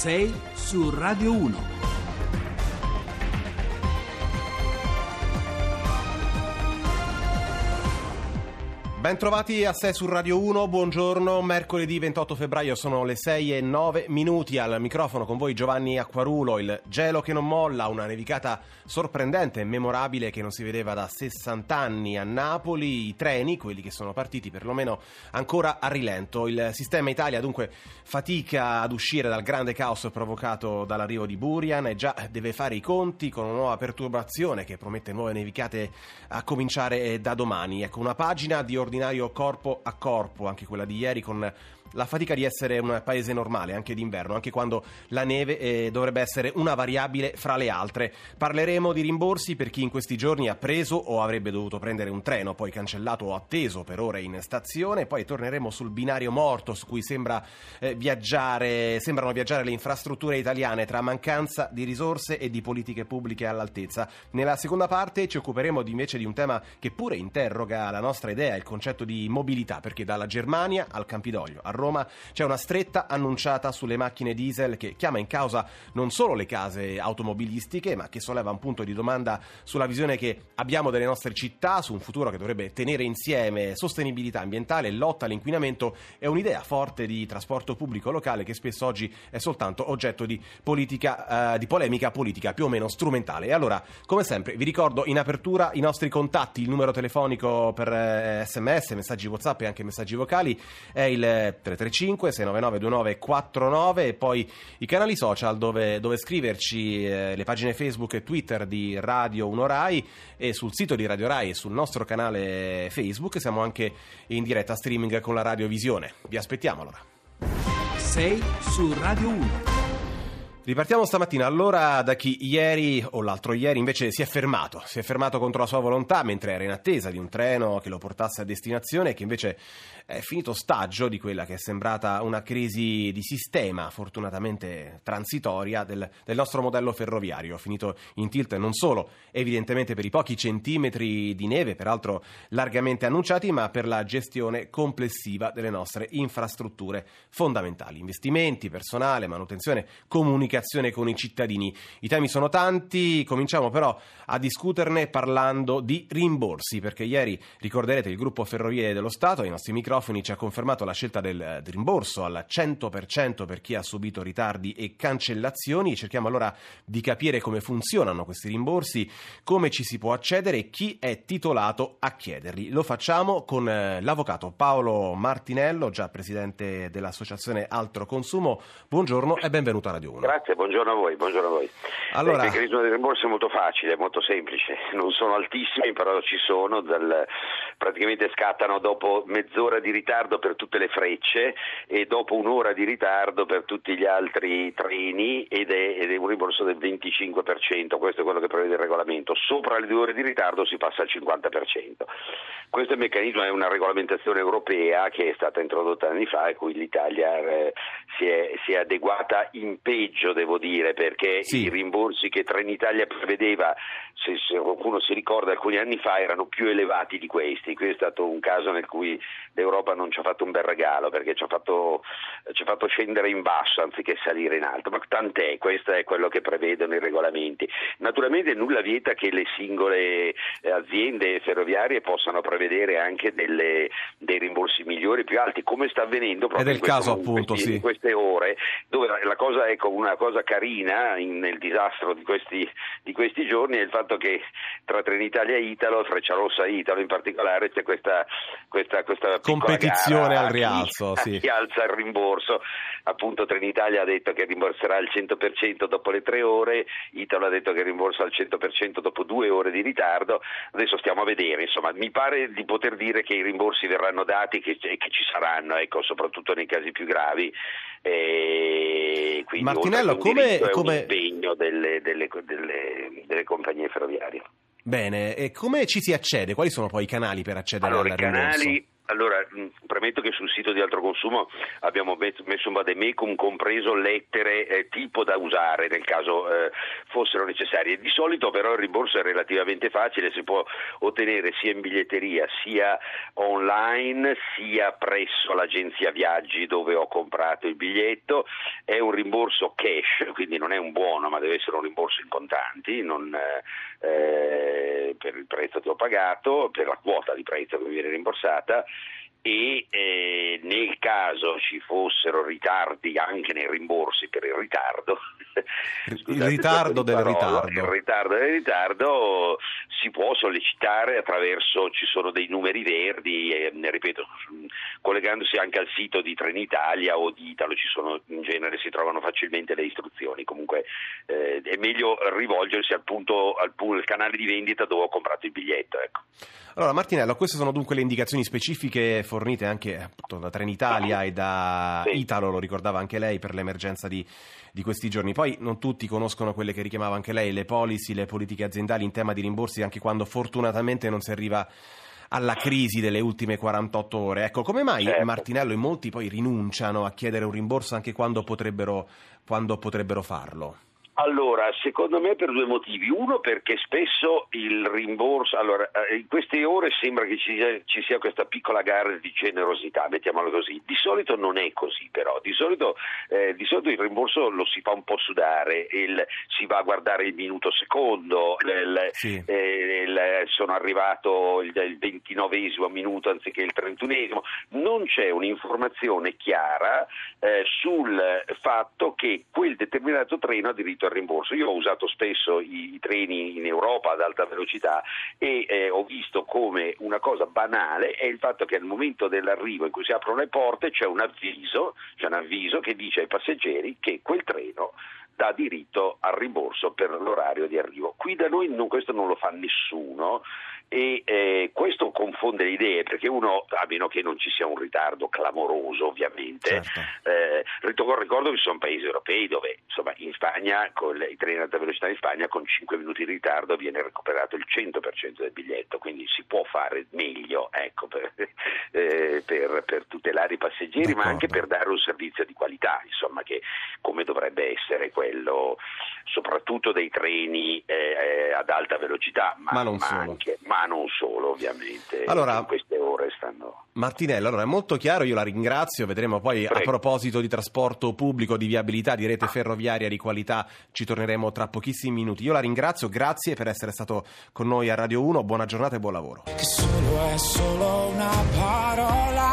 6 su Radio 1. Bentrovati a 6 su Radio 1, buongiorno, mercoledì 28 febbraio sono le 6:09, al microfono con voi Giovanni Acquarulo. Il gelo che non molla, una nevicata sorprendente e memorabile che non si vedeva da 60 anni a Napoli, i treni, quelli che sono partiti perlomeno ancora a rilento. Il sistema Italia dunque fatica ad uscire dal grande caos provocato dall'arrivo di Burian e già deve fare i conti con una nuova perturbazione che promette nuove nevicate a cominciare da domani. Ecco, una pagina di ordinario corpo a corpo, anche quella di ieri, con la fatica di essere un paese normale anche d'inverno, anche quando la neve dovrebbe essere una variabile fra le altre. Parleremo di rimborsi per chi in questi giorni ha preso o avrebbe dovuto prendere un treno, poi cancellato o atteso per ore in stazione. Poi torneremo sul binario morto su cui sembrano viaggiare le infrastrutture italiane, tra mancanza di risorse e di politiche pubbliche all'altezza. Nella seconda parte ci occuperemo invece di un tema che pure interroga la nostra idea, il concetto di mobilità, perché dalla Germania al Campidoglio a Roma c'è una stretta annunciata sulle macchine diesel che chiama in causa non solo le case automobilistiche, ma che solleva un punto di domanda sulla visione che abbiamo delle nostre città, su un futuro che dovrebbe tenere insieme sostenibilità ambientale, lotta all'inquinamento e un'idea forte di trasporto pubblico locale che spesso oggi è soltanto oggetto di polemica politica più o meno strumentale. E allora, come sempre, vi ricordo in apertura i nostri contatti, il numero telefonico per SMS, messaggi WhatsApp e anche messaggi vocali è il 335 699 2949 e poi i canali social dove scriverci, le pagine Facebook e Twitter di Radio 1 Rai e sul sito di Radio Rai e sul nostro canale Facebook. Siamo anche in diretta streaming con la radiovisione. Vi aspettiamo allora. 6 su Radio 1. Ripartiamo stamattina allora da chi ieri o l'altro ieri invece si è fermato contro la sua volontà mentre era in attesa di un treno che lo portasse a destinazione e che invece è finito ostaggio di quella che è sembrata una crisi di sistema, fortunatamente transitoria, del nostro modello ferroviario, finito in tilt non solo evidentemente per i pochi centimetri di neve, peraltro largamente annunciati, ma per la gestione complessiva delle nostre infrastrutture fondamentali, investimenti, personale, manutenzione, comunicazione con i cittadini. I temi sono tanti, cominciamo però a discuterne parlando di rimborsi, perché ieri, ricorderete, il gruppo Ferrovie dello Stato ai nostri microfoni ci ha confermato la scelta del rimborso al 100% per chi ha subito ritardi e cancellazioni. Cerchiamo allora di capire come funzionano questi rimborsi, come ci si può accedere e chi è titolato a chiederli. Lo facciamo con l'avvocato Paolo Martinello, già presidente dell'associazione Altro Consumo. Buongiorno e benvenuto a Radio 1. Grazie, buongiorno a voi. Allora, il meccanismo di rimborso è molto facile, è molto semplice, non sono altissimi, però ci sono, praticamente scattano dopo mezz'ora di ritardo per tutte le frecce e dopo un'ora di ritardo per tutti gli altri treni ed è un rimborso del 25%, questo è quello che prevede il regolamento. Sopra le 2 ore di ritardo si passa al 50%. Questo meccanismo è una regolamentazione europea che è stata introdotta anni fa e cui l'Italia si è adeguata in peggio, devo dire, perché sì, i rimborsi che Trenitalia prevedeva, se qualcuno si ricorda, alcuni anni fa erano più elevati di questi. Qui è stato un caso nel cui l'Europa non ci ha fatto un bel regalo, perché ci ha fatto scendere in basso anziché salire in alto, ma tant'è, questo è quello che prevedono i regolamenti. Naturalmente nulla vieta che le singole aziende ferroviarie possano prevedere anche dei rimborsi migliori, più alti, come sta avvenendo proprio in queste ore, dove la cosa, ecco, una cosa carina nel disastro di questi giorni è il fatto che tra Trenitalia e Italo, Frecciarossa e Italo in particolare, c'è questa competizione al rialzo, chi alza il rimborso. Appunto Trenitalia ha detto che rimborserà il 100% dopo le 3 ore, Italo ha detto che rimborsa il 100% dopo 2 ore di ritardo. Adesso stiamo a vedere, insomma, mi pare di poter dire che i rimborsi verranno dati e che ci saranno, ecco, soprattutto nei casi più gravi. Quindi Martinello, come un impegno delle compagnie ferroviarie. Bene, e come ci si accede? Quali sono poi i canali per accedere al rimborso? Allora, premetto che sul sito di Altro Consumo abbiamo messo un vademecum, compreso lettere tipo da usare nel caso fossero necessarie. Di solito però il rimborso è relativamente facile, si può ottenere sia in biglietteria sia online sia presso l'agenzia viaggi dove ho comprato il biglietto. È un rimborso cash, quindi non è un buono, ma deve essere un rimborso in contanti, non per il prezzo che ho pagato, per la quota di prezzo che mi viene rimborsata. E nel caso ci fossero ritardi anche nei rimborsi per il ritardo, il ritardo del ritardo si può sollecitare attraverso, ci sono dei numeri verdi, ripeto, collegandosi anche al sito di Trenitalia o di Italo, in genere si trovano facilmente le istruzioni. Comunque è meglio rivolgersi al canale di vendita dove ho comprato il biglietto, ecco. Allora Martinello, queste sono dunque le indicazioni specifiche fornite anche appunto da Trenitalia e da Italo, lo ricordava anche lei, per l'emergenza di questi giorni. Poi non tutti conoscono quelle che richiamava anche lei, le policy, le politiche aziendali in tema di rimborsi, anche quando fortunatamente non si arriva alla crisi delle ultime 48 ore. Ecco, come mai Martinello e molti poi rinunciano a chiedere un rimborso anche quando potrebbero farlo? Allora, secondo me per due motivi. Uno, perché spesso il rimborso, in queste ore sembra che ci sia questa piccola gara di generosità, mettiamolo così. Di solito non è così, però. Di solito il rimborso lo si fa un po' sudare, si va a guardare il minuto secondo, sono arrivato il 29esimo minuto anziché il 31esimo. Non c'è un'informazione chiara sul fatto che quel determinato treno ha diritto al rimborso. Io ho usato spesso i treni in Europa ad alta velocità e ho visto come una cosa banale è il fatto che al momento dell'arrivo in cui si aprono le porte c'è un avviso che dice ai passeggeri che quel treno dà diritto al rimborso per l'orario di arrivo. Qui da noi questo non lo fa nessuno e questo confonde le idee, perché uno, a meno che non ci sia un ritardo clamoroso ovviamente, ricordo che ci sono paesi europei dove insomma in Spagna con i treni ad alta velocità in Spagna con 5 minuti di ritardo viene recuperato il 100% del biglietto, quindi si può fare meglio, ecco, per tutelare i passeggeri. D'accordo. Ma anche per dare un servizio di qualità, insomma, che come dovrebbe essere quello soprattutto dei treni ad alta velocità, ma non solo ovviamente. Allora, in queste ore stanno. Martinello, allora è molto chiaro, io la ringrazio, vedremo poi. Prego. A proposito di trasporto pubblico, di viabilità, di rete ferroviaria di qualità, ci torneremo tra pochissimi minuti. Io la ringrazio, grazie per essere stato con noi a Radio 1, buona giornata e buon lavoro. Che solo una parola,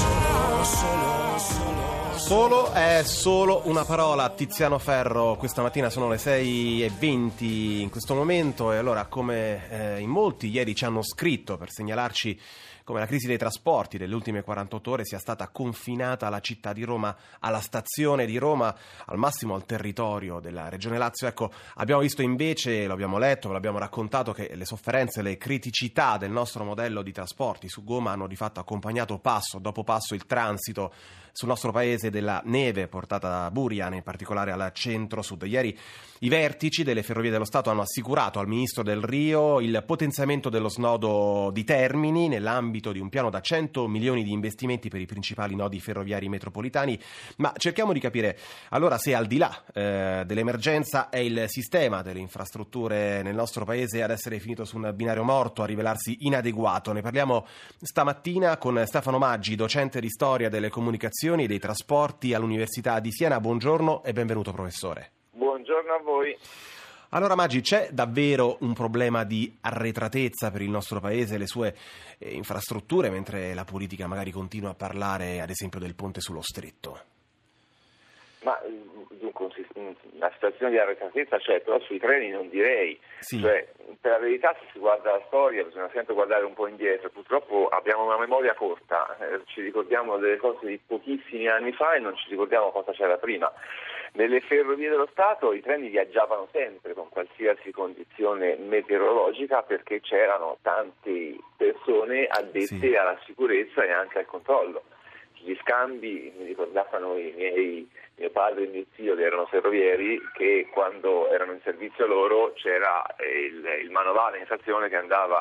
Solo è solo una parola. Tiziano Ferro, questa mattina sono le 6:20 in questo momento e allora come in molti ieri ci hanno scritto per segnalarci come la crisi dei trasporti delle ultime 48 ore sia stata confinata alla città di Roma, alla stazione di Roma, al massimo al territorio della Regione Lazio. Ecco, abbiamo visto invece, lo abbiamo letto, ve l'abbiamo raccontato, che le sofferenze, le criticità del nostro modello di trasporti su gomma hanno di fatto accompagnato passo dopo passo il transito sul nostro paese della neve portata da Burian, in particolare al centro-sud. Ieri i vertici delle Ferrovie dello Stato hanno assicurato al Ministro Del Rio il potenziamento dello snodo di Termini nell'ambito di un piano da 100 milioni di investimenti per i principali nodi ferroviari metropolitani. Ma cerchiamo di capire allora se al di là dell'emergenza è il sistema delle infrastrutture nel nostro paese ad essere finito su un binario morto, a rivelarsi inadeguato. Ne parliamo stamattina con Stefano Maggi, docente di storia delle comunicazioni e dei trasporti all'Università di Siena. Buongiorno e benvenuto, professore. Buongiorno a voi. Allora Maggi, c'è davvero un problema di arretratezza per il nostro paese e le sue infrastrutture, mentre la politica magari continua a parlare ad esempio del ponte sullo Stretto? Ma dunque una situazione di arretratezza c'è, però sui treni non direi. Sì. Cioè, per la verità, se si guarda la storia bisogna sempre guardare un po' indietro. Purtroppo abbiamo una memoria corta, ci ricordiamo delle cose di pochissimi anni fa e non ci ricordiamo cosa c'era prima. Nelle Ferrovie dello Stato i treni viaggiavano sempre con qualsiasi condizione meteorologica perché c'erano tante persone addette alla sicurezza e anche al controllo. Gli scambi, mi ricordavano mio padre e mio zio che erano ferrovieri, che quando erano in servizio loro c'era il manovale in stazione che andava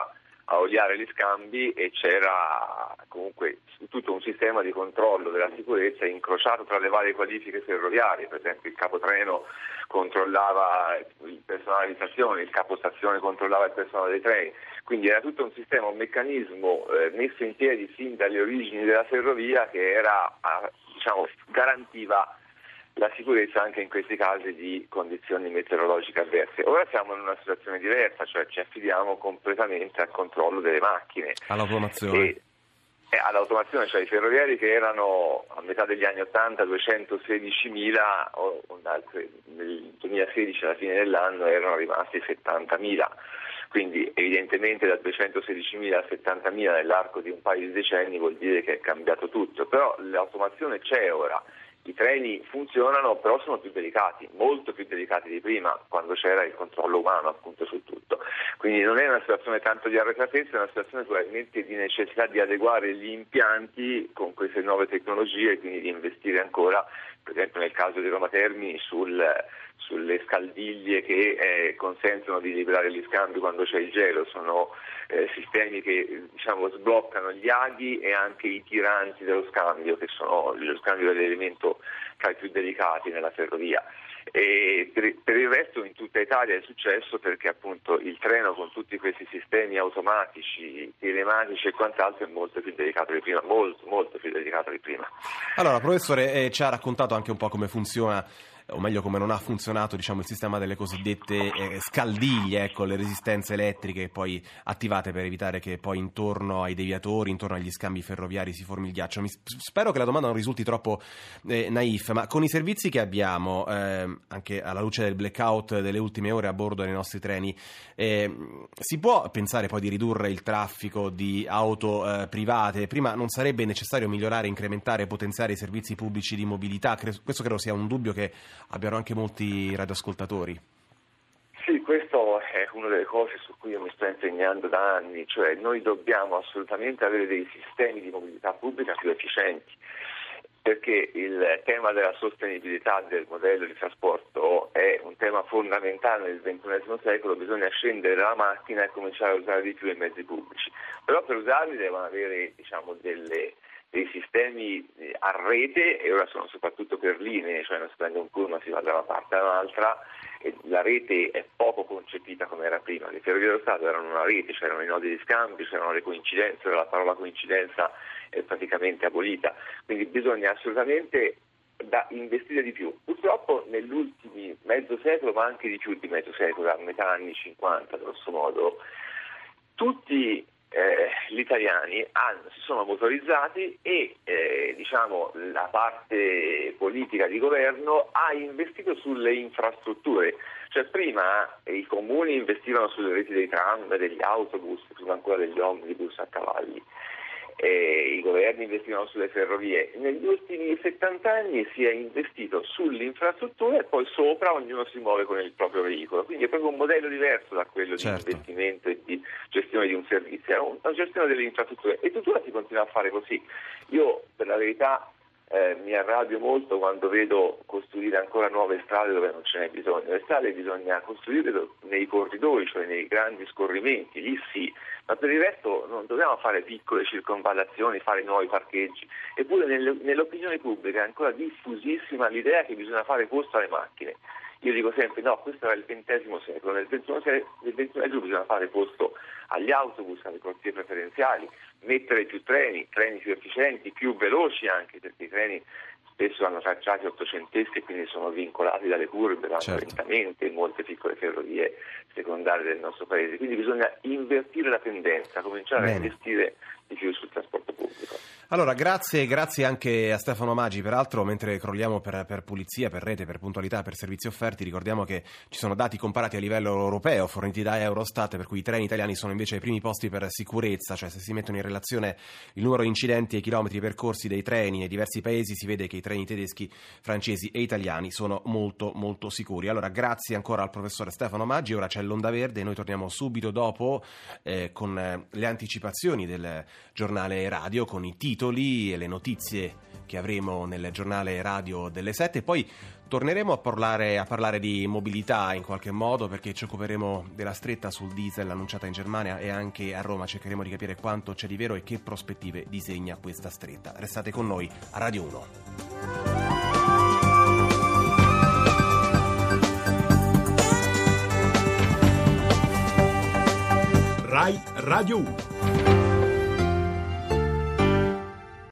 a oliare gli scambi, e c'era comunque tutto un sistema di controllo della sicurezza incrociato tra le varie qualifiche ferroviarie. Per esempio il capotreno controllava il personale di stazione, il capostazione controllava il personale dei treni, quindi era tutto un sistema, un meccanismo messo in piedi fin dalle origini della ferrovia che era, garantiva la sicurezza anche in questi casi di condizioni meteorologiche avverse. Ora siamo in una situazione diversa, cioè ci affidiamo completamente al controllo delle macchine. All'automazione. E all'automazione, cioè i ferrovieri che erano a metà degli anni 80 216.000, nel 2016 alla fine dell'anno erano rimasti 70.000. Quindi evidentemente da 216.000 a 70.000 nell'arco di un paio di decenni vuol dire che è cambiato tutto, però l'automazione c'è ora. I treni funzionano, però sono più delicati, molto più delicati di prima, quando c'era il controllo umano appunto su tutto. Quindi non è una situazione tanto di arretratezza, è una situazione probabilmente di necessità di adeguare gli impianti con queste nuove tecnologie e quindi di investire ancora, per esempio nel caso di Roma Termini, sulle scaldiglie che consentono di liberare gli scambi quando c'è il gelo. Sono sistemi che sbloccano gli aghi e anche i tiranti dello scambio, che sono lo scambio dell'elemento tra i più delicati nella ferrovia. E per il resto in tutta Italia è successo perché appunto il treno con tutti questi sistemi automatici, telematici e quant'altro è molto più delicato di prima, molto più delicato di prima. Allora, professore, ci ha raccontato anche un po' come funziona, o meglio come non ha funzionato, il sistema delle cosiddette scaldiglie, le resistenze elettriche poi attivate per evitare che poi intorno ai deviatori, intorno agli scambi ferroviari si formi il ghiaccio. Spero che la domanda non risulti troppo naif, ma con i servizi che abbiamo, anche alla luce del blackout delle ultime ore a bordo dei nostri treni, si può pensare poi di ridurre il traffico di auto private? Prima non sarebbe necessario migliorare, incrementare, potenziare i servizi pubblici di mobilità? Questo credo sia un dubbio che abbiano anche molti radioascoltatori. Sì, questo è una delle cose su cui io mi sto impegnando da anni, cioè noi dobbiamo assolutamente avere dei sistemi di mobilità pubblica più efficienti, perché il tema della sostenibilità del modello di trasporto è un tema fondamentale nel XXI secolo. Bisogna scendere dalla macchina e cominciare a usare di più i mezzi pubblici, però per usarli devono avere dei sistemi a rete, e ora sono soprattutto per linee, cioè non si prende un pullman, si va da una parte all'altra, e la rete è poco concepita come era prima. Le ferrovie dello Stato erano una rete, c'erano i nodi di scambio, c'erano le coincidenze, la parola coincidenza è praticamente abolita, quindi bisogna assolutamente investire di più. Purtroppo nell'ultimo mezzo secolo, ma anche di più di mezzo secolo, a metà anni 50 grosso modo, tutti gli italiani si sono motorizzati e la parte politica di governo ha investito sulle infrastrutture. Cioè prima i comuni investivano sulle reti dei tram, degli autobus, prima ancora degli omnibus a cavalli. I governi investivano sulle ferrovie. Negli ultimi 70 anni si è investito sull'infrastruttura e poi sopra ognuno si muove con il proprio veicolo, quindi è proprio un modello diverso da quello di investimento e di gestione di un servizio, è una gestione delle infrastrutture, e tuttora si continua a fare così. Io per la verità mi arrabbio molto quando vedo costruire ancora nuove strade dove non ce n'è bisogno. Le strade bisogna costruire nei corridoi, cioè nei grandi scorrimenti, lì sì, ma per il resto non dobbiamo fare piccole circonvallazioni, fare nuovi parcheggi. Eppure nell'opinione pubblica è ancora diffusissima l'idea che bisogna fare posto alle macchine. Io dico sempre no, questo era il XX secolo, nel XXI secolo bisogna fare posto agli autobus, alle corsie preferenziali, mettere più treni più efficienti, più veloci anche, perché i treni spesso hanno tracciati ottocenteschi e quindi sono vincolati dalle curve, vanno lentamente in molte piccole ferrovie secondarie del nostro paese. Quindi bisogna invertire la tendenza, cominciare a investire di più sul trasporto pubblico. Allora, grazie anche a Stefano Maggi. Peraltro, mentre crolliamo per pulizia, per rete, per puntualità, per servizi offerti, ricordiamo che ci sono dati comparati a livello europeo forniti da Eurostat, per cui i treni italiani sono invece ai primi posti per sicurezza, cioè se si mettono in relazione il numero di incidenti e i chilometri percorsi dei treni nei diversi paesi, si vede che i treni tedeschi, francesi e italiani sono molto molto sicuri. Allora, grazie ancora al professore Stefano Maggi. Ora c'è l'Onda Verde e noi torniamo subito dopo con le anticipazioni del giornale radio, con i titoli e le notizie che avremo nel giornale radio delle 7. Poi torneremo a parlare di mobilità in qualche modo, perché ci occuperemo della stretta sul diesel annunciata in Germania, e anche a Roma cercheremo di capire quanto c'è di vero e che prospettive disegna questa stretta. Restate con noi a Radio 1. Rai Radio 1.